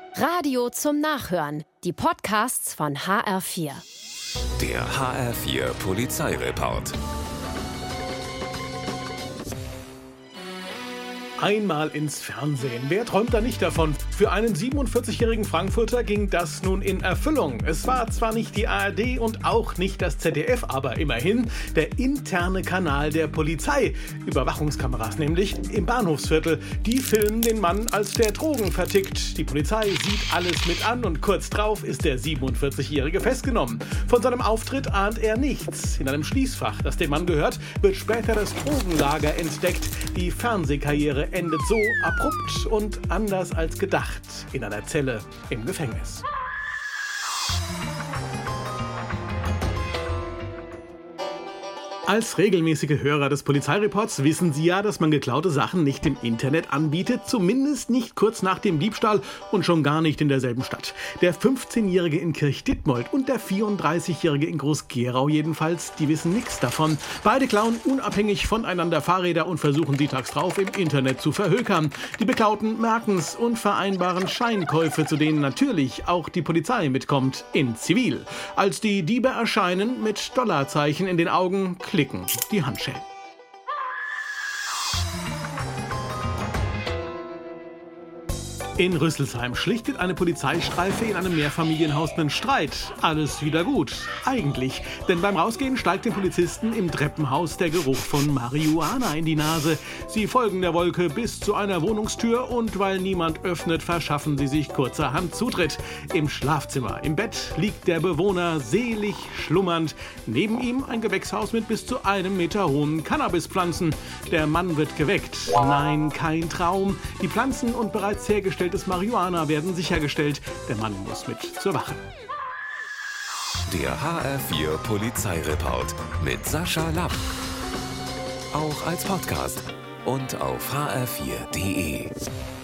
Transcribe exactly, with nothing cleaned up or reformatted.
Radio zum Nachhören. Die Podcasts von H R vier. Der H R vier Polizeireport. Einmal ins Fernsehen. Wer träumt da nicht davon? Für einen siebenundvierzigjährigen Frankfurter ging das nun in Erfüllung. Es war zwar nicht die A R D und auch nicht das Z D F, aber immerhin der interne Kanal der Polizei. Überwachungskameras nämlich im Bahnhofsviertel. Die filmen den Mann, als der Drogen vertickt. Die Polizei sieht alles mit an und kurz drauf ist der siebenundvierzigjährige festgenommen. Von seinem Auftritt ahnt er nichts. In einem Schließfach, das dem Mann gehört, wird später das Drogenlager entdeckt. Die Fernsehkarriere endet so abrupt und anders als gedacht in einer Zelle im Gefängnis. Als regelmäßige Hörer des Polizeireports wissen Sie ja, dass man geklaute Sachen nicht im Internet anbietet, zumindest nicht kurz nach dem Diebstahl und schon gar nicht in derselben Stadt. Der fünfzehnjährige in Kirchdittmold und der vierunddreißigjährige in Groß-Gerau jedenfalls, die wissen nichts davon. Beide klauen unabhängig voneinander Fahrräder und versuchen sie tags drauf im Internet zu verhökern. Die Beklauten merken's und vereinbaren Scheinkäufe, zu denen natürlich auch die Polizei mitkommt, in Zivil. Als die Diebe erscheinen, mit Dollarzeichen in den Augen, klicken die Handschellen. In Rüsselsheim schlichtet eine Polizeistreife in einem Mehrfamilienhaus einen Streit. Alles wieder gut. Eigentlich. Denn beim Rausgehen steigt den Polizisten im Treppenhaus der Geruch von Marihuana in die Nase. Sie folgen der Wolke bis zu einer Wohnungstür und weil niemand öffnet, verschaffen sie sich kurzerhand Zutritt. Im Schlafzimmer, im Bett, liegt der Bewohner selig schlummernd. Neben ihm ein Gewächshaus mit bis zu einem Meter hohen Cannabispflanzen. Der Mann wird geweckt. Nein, kein Traum. Die Pflanzen und bereits hergestellt des Marihuana werden sichergestellt. Der Mann muss mit zur Wache. Der H R vier Polizeireport mit Sascha Lapp. Auch als Podcast und auf h r vier punkt d e.